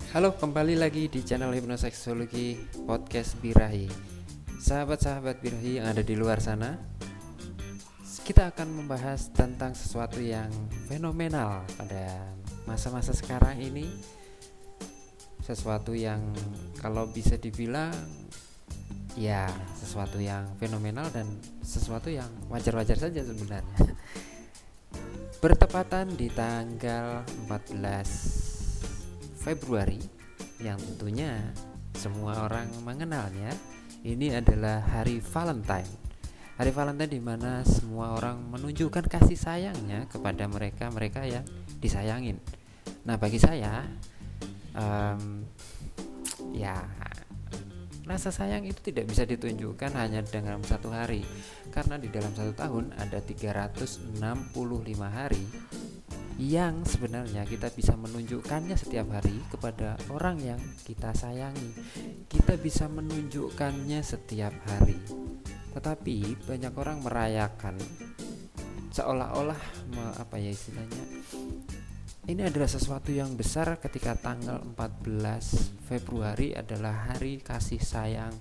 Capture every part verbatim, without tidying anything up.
Halo, kembali lagi di channel Hipnoseksologi Podcast Birahi. Sahabat-sahabat Birahi yang ada di luar sana, kita akan membahas tentang sesuatu yang fenomenal pada masa-masa sekarang ini. Sesuatu yang kalau bisa dibilang ya sesuatu yang fenomenal dan sesuatu yang wajar-wajar saja sebenarnya. Bertepatan di tanggal empat belas Februari yang tentunya semua orang mengenalnya, ini adalah hari Valentine. Hari Valentine di mana semua orang menunjukkan kasih sayangnya kepada mereka-mereka yang disayangin. Nah, bagi saya um, ya rasa sayang itu tidak bisa ditunjukkan hanya dalam satu hari, karena di dalam satu tahun ada tiga ratus enam puluh lima hari yang sebenarnya kita bisa menunjukkannya setiap hari kepada orang yang kita sayangi. Kita bisa menunjukkannya setiap hari. Tetapi banyak orang merayakan seolah-olah me, apa ya istilahnya, ini adalah sesuatu yang besar ketika tanggal empat belas Februari adalah hari kasih sayang.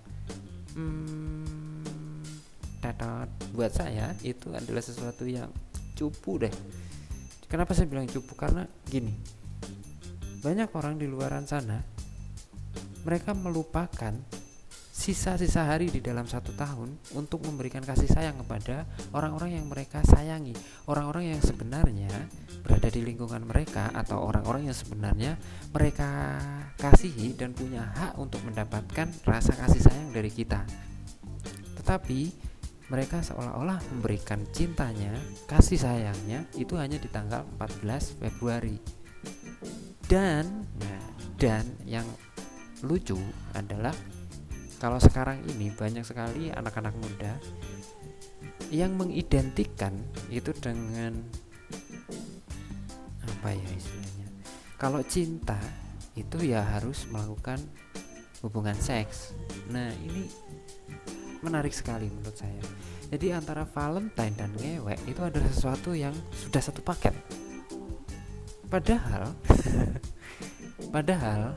Hmm, tatat, buat saya itu adalah sesuatu yang cupu deh. Kenapa saya bilang cupu? Karena gini, banyak orang di luaran sana mereka melupakan sisa-sisa hari di dalam satu tahun untuk memberikan kasih sayang kepada orang-orang yang mereka sayangi, orang-orang yang sebenarnya berada di lingkungan mereka, atau orang-orang yang sebenarnya mereka kasihi dan punya hak untuk mendapatkan rasa kasih sayang dari kita. Tetapi mereka seolah-olah memberikan cintanya, kasih sayangnya itu hanya di tanggal empat belas Februari. Dan nah, dan yang lucu adalah kalau sekarang ini banyak sekali anak-anak muda yang mengidentikan itu dengan apa ya istilahnya, kalau cinta itu ya harus melakukan hubungan seks. Nah, ini menarik sekali menurut saya. Jadi antara Valentine dan ngewek itu adalah sesuatu yang sudah satu paket. Padahal Padahal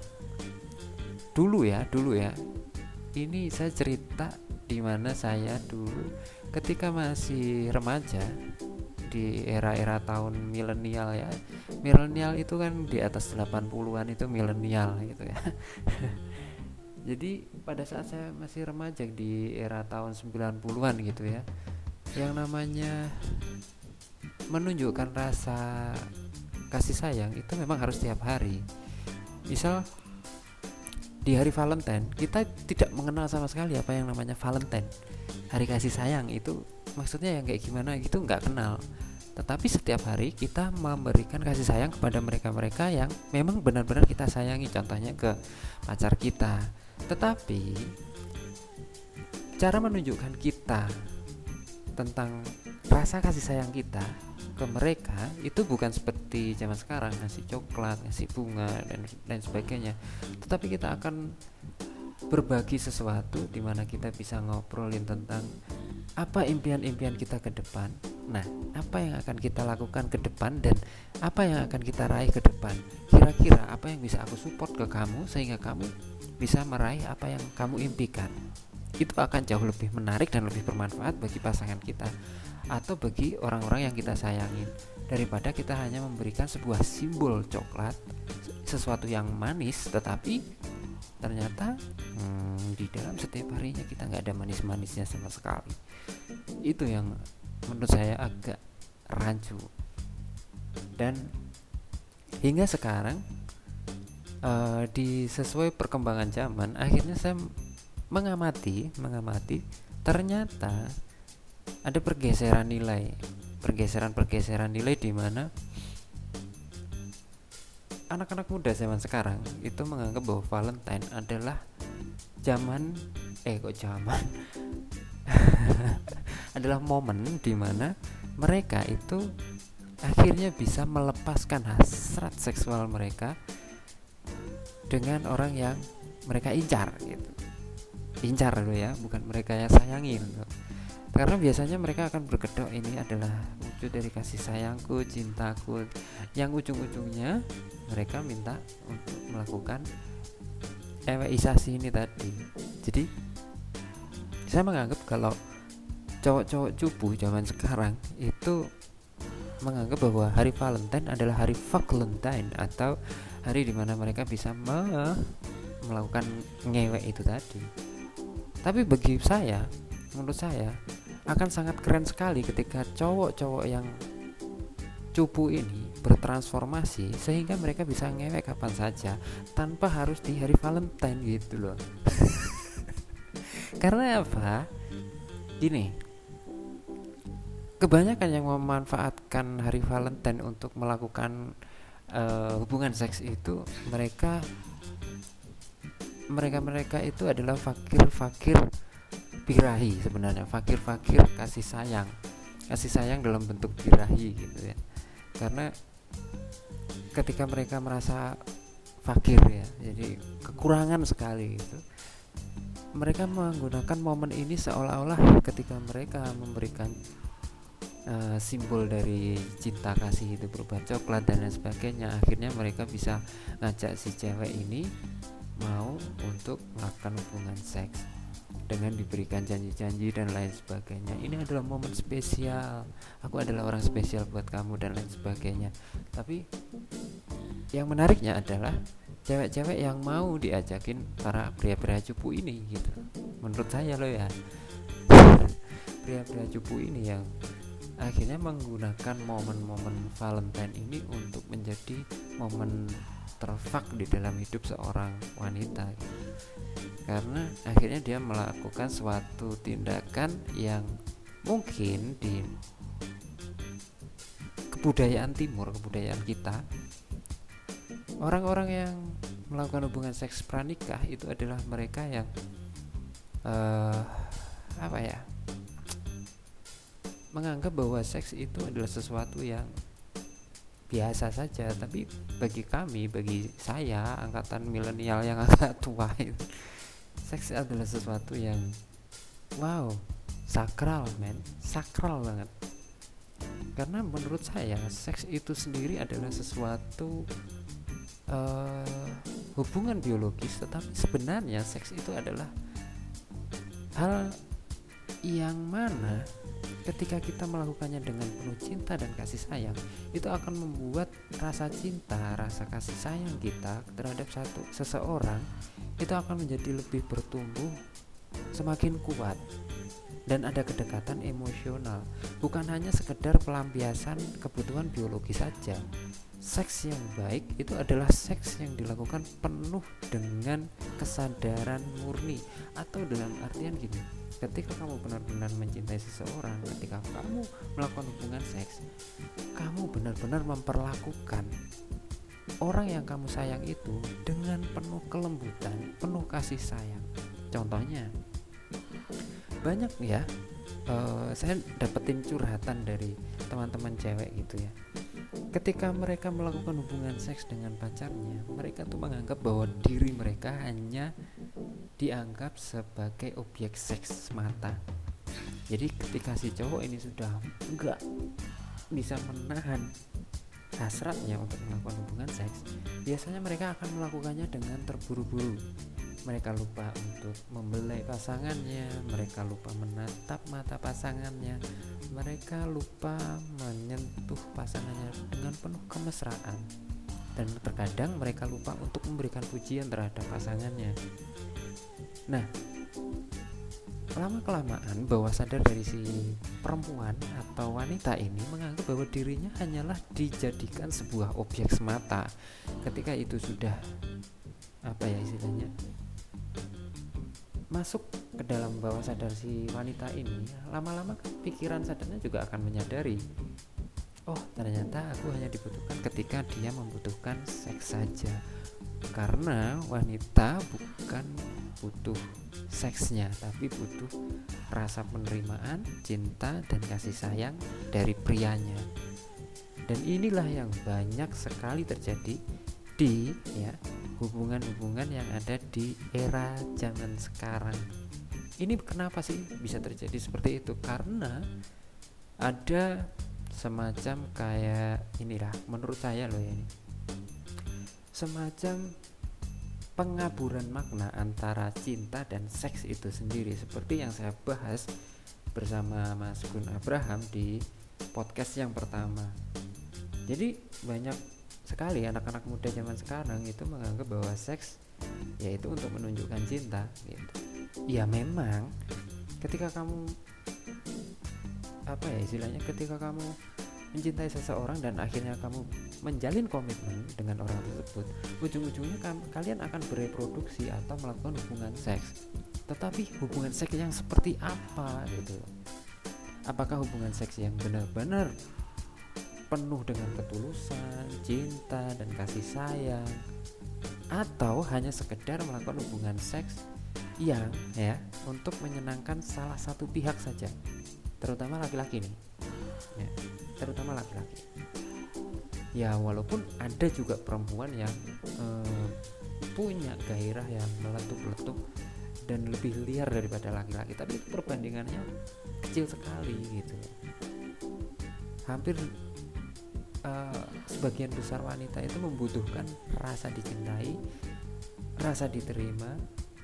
dulu ya, dulu ya. Ini saya cerita di mana saya dulu ketika masih remaja di era-era tahun milenial ya. Milenial itu kan di atas delapan puluhan itu milenial gitu ya. Jadi pada saat saya masih remaja di era tahun sembilan puluhan gitu ya, yang namanya menunjukkan rasa kasih sayang itu memang harus setiap hari. Misal di hari Valentine kita tidak mengenal sama sekali apa yang namanya Valentine, hari kasih sayang itu maksudnya yang kayak gimana gitu nggak kenal. Tetapi setiap hari kita memberikan kasih sayang kepada mereka-mereka yang memang benar-benar kita sayangi, contohnya ke pacar kita. Tetapi cara menunjukkan kita tentang rasa kasih sayang kita ke mereka itu bukan seperti zaman sekarang ngasih coklat, ngasih bunga dan lain sebagainya. Tetapi kita akan berbagi sesuatu di mana kita bisa ngobrolin tentang apa impian-impian kita ke depan. Nah, apa yang akan kita lakukan ke depan dan apa yang akan kita raih ke depan. Kira-kira apa yang bisa aku support ke kamu sehingga kamu bisa meraih apa yang kamu impikan. Itu akan jauh lebih menarik dan lebih bermanfaat bagi pasangan kita atau bagi orang-orang yang kita sayangin, daripada kita hanya memberikan sebuah simbol coklat, sesuatu yang manis tetapi ternyata hmm, di dalam setiap harinya kita nggak ada manis-manisnya sama sekali. Itu yang menurut saya agak rancu. Dan hingga sekarang uh, di sesuai perkembangan zaman, akhirnya saya mengamati mengamati ternyata ada pergeseran nilai, pergeseran-pergeseran nilai di mana anak-anak muda zaman sekarang itu menganggap bahwa Valentine adalah zaman eh kok zaman adalah momen di mana mereka itu akhirnya bisa melepaskan hasrat seksual mereka dengan orang yang mereka incar gitu. Incar dulu ya, bukan mereka yang sayangin. Karena biasanya mereka akan berkedok ini adalah wujud dari kasih sayangku, cintaku, yang ujung-ujungnya mereka minta untuk melakukan eweisasi ini tadi. Jadi saya menganggap kalau cowok-cowok cupu zaman sekarang itu menganggap bahwa hari Valentine adalah hari Valentine, atau hari dimana mereka bisa me- melakukan ngewek itu tadi. Tapi bagi saya, menurut saya akan sangat keren sekali ketika cowok-cowok yang cupu ini bertransformasi sehingga mereka bisa ngewek kapan saja tanpa harus di hari Valentine gitu loh. Karena apa? Gini, kebanyakan yang memanfaatkan hari Valentine untuk melakukan uh, hubungan seks itu mereka mereka-mereka itu adalah fakir-fakir birahi sebenarnya, fakir-fakir kasih sayang, kasih sayang dalam bentuk birahi gitu ya. Karena ketika mereka merasa fakir ya, jadi kekurangan sekali gitu, mereka menggunakan momen ini seolah-olah ketika mereka memberikan uh, simbol dari cinta kasih itu berupa coklat dan lain sebagainya, akhirnya mereka bisa ngajak si cewek ini mau untuk melakukan hubungan seks dengan diberikan janji-janji dan lain sebagainya. Ini adalah momen spesial, aku adalah orang spesial buat kamu dan lain sebagainya. Tapi yang menariknya adalah cewek-cewek yang mau diajakin para pria-pria cupu ini gitu. Menurut saya loh ya, pria-pria cupu ini yang akhirnya menggunakan momen-momen Valentine ini untuk menjadi momen terfak di dalam hidup seorang wanita gitu. Karena akhirnya dia melakukan suatu tindakan yang mungkin di kebudayaan timur, kebudayaan kita, orang-orang yang melakukan hubungan seks pranikah itu adalah mereka yang uh, apa ya, menganggap bahwa seks itu adalah sesuatu yang biasa saja. Tapi bagi kami, bagi saya angkatan milenial yang agak tua itu, seks adalah sesuatu yang wow, sakral men, sakral banget. Karena menurut saya seks itu sendiri adalah sesuatu uh, hubungan biologis, tetapi sebenarnya seks itu adalah hal yang mana ketika kita melakukannya dengan penuh cinta dan kasih sayang, itu akan membuat rasa cinta, rasa kasih sayang kita terhadap satu seseorang itu akan menjadi lebih bertumbuh, semakin kuat, dan ada kedekatan emosional. Bukan hanya sekedar pelampiasan kebutuhan biologis saja. Seks yang baik itu adalah seks yang dilakukan penuh dengan kesadaran murni, atau dalam artian gini, ketika kamu benar-benar mencintai seseorang, ketika kamu melakukan hubungan seks, kamu benar-benar memperlakukan orang yang kamu sayang itu dengan penuh kelembutan, penuh kasih sayang. Contohnya banyak ya, uh, saya dapetin curhatan dari teman-teman cewek gitu ya. Ketika mereka melakukan hubungan seks dengan pacarnya, mereka tuh menganggap bahwa diri mereka hanya dianggap sebagai objek seks semata. Jadi ketika si cowok ini sudah enggak bisa menahan hasratnya untuk melakukan hubungan seks, biasanya mereka akan melakukannya dengan terburu-buru. Mereka lupa untuk membelai pasangannya, mereka lupa menatap mata pasangannya, mereka lupa menyentuh pasangannya dengan penuh kemesraan, dan terkadang mereka lupa untuk memberikan pujian terhadap pasangannya. Nah, lama-kelamaan bawah sadar dari si perempuan atau wanita ini menganggap bahwa dirinya hanyalah dijadikan sebuah objek semata. Ketika itu sudah apa ya istilahnya, masuk ke dalam bawah sadar si wanita ini, lama-lama pikiran sadarnya juga akan menyadari, oh ternyata aku hanya dibutuhkan ketika dia membutuhkan seks saja. Karena wanita bukan butuh seksnya, tapi butuh rasa penerimaan, cinta, dan kasih sayang dari prianya. Dan inilah yang banyak sekali terjadi di ya hubungan-hubungan yang ada di era zaman sekarang. Ini kenapa sih bisa terjadi seperti itu? Karena ada semacam kayak inilah, menurut saya loh ya ini, semacam pengaburan makna antara cinta dan seks itu sendiri, seperti yang saya bahas bersama Mas Gun Abraham di podcast yang pertama. Jadi banyak sekali anak-anak muda zaman sekarang itu menganggap bahwa seks yaitu untuk menunjukkan cinta gitu. Ya memang ketika kamu apa ya istilahnya ketika kamu mencintai seseorang dan akhirnya kamu menjalin komitmen dengan orang tersebut, ujung-ujungnya kam- kalian akan bereproduksi atau melakukan hubungan seks. Tetapi hubungan seks yang seperti apa gitu? Apakah hubungan seks yang benar-benar penuh dengan ketulusan, cinta dan kasih sayang, atau hanya sekedar melakukan hubungan seks yang ya untuk menyenangkan salah satu pihak saja, terutama laki-laki nih ya, terutama laki-laki ya, walaupun ada juga perempuan yang eh, punya gairah yang meletup-letup dan lebih liar daripada laki-laki, tapi perbandingannya kecil sekali gitu. Hampir uh, sebagian besar wanita itu membutuhkan rasa dicintai, rasa diterima,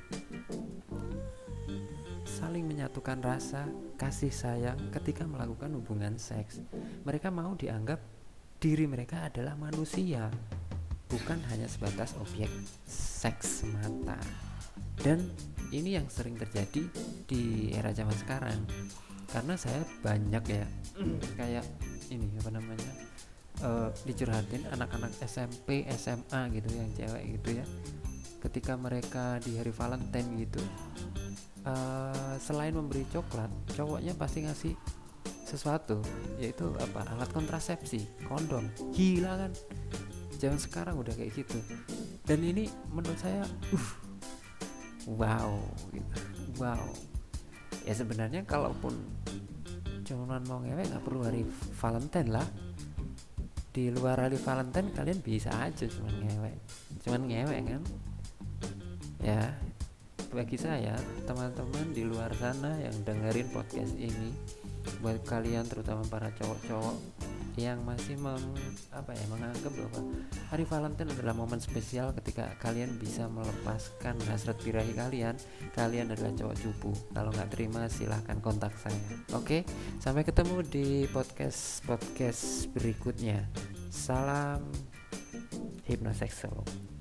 saling menyatukan rasa kasih sayang ketika melakukan hubungan seks. Mereka mau dianggap diri mereka adalah manusia, bukan hanya sebatas objek seks semata. Dan ini yang sering terjadi di era zaman sekarang, karena saya banyak ya kayak ini apa namanya uh, dicurhatin anak-anak S M P, S M A gitu yang cewek gitu ya, ketika mereka di hari Valentine gitu, uh, selain memberi coklat, cowoknya pasti ngasih sesuatu, yaitu apa, alat kontrasepsi, kondom. Gila kan, zaman sekarang udah kayak gitu. Dan ini menurut saya uh, wow gitu. Wow ya, sebenarnya kalaupun cuman mau ngewek nggak perlu hari Valentine lah. Di luar hari Valentine kalian bisa aja cuman ngewek, cuman ngewek kan ya. Bagi saya, teman-teman di luar sana yang dengerin podcast ini, buat kalian terutama para cowok-cowok yang masih meng, apa ya, menganggap bahwa hari Valentine adalah momen spesial ketika kalian bisa melepaskan hasrat birahi kalian, kalian adalah cowok cupu. Kalau nggak terima silahkan kontak saya. Oke, sampai ketemu di podcast podcast berikutnya. Salam hipnoseksual.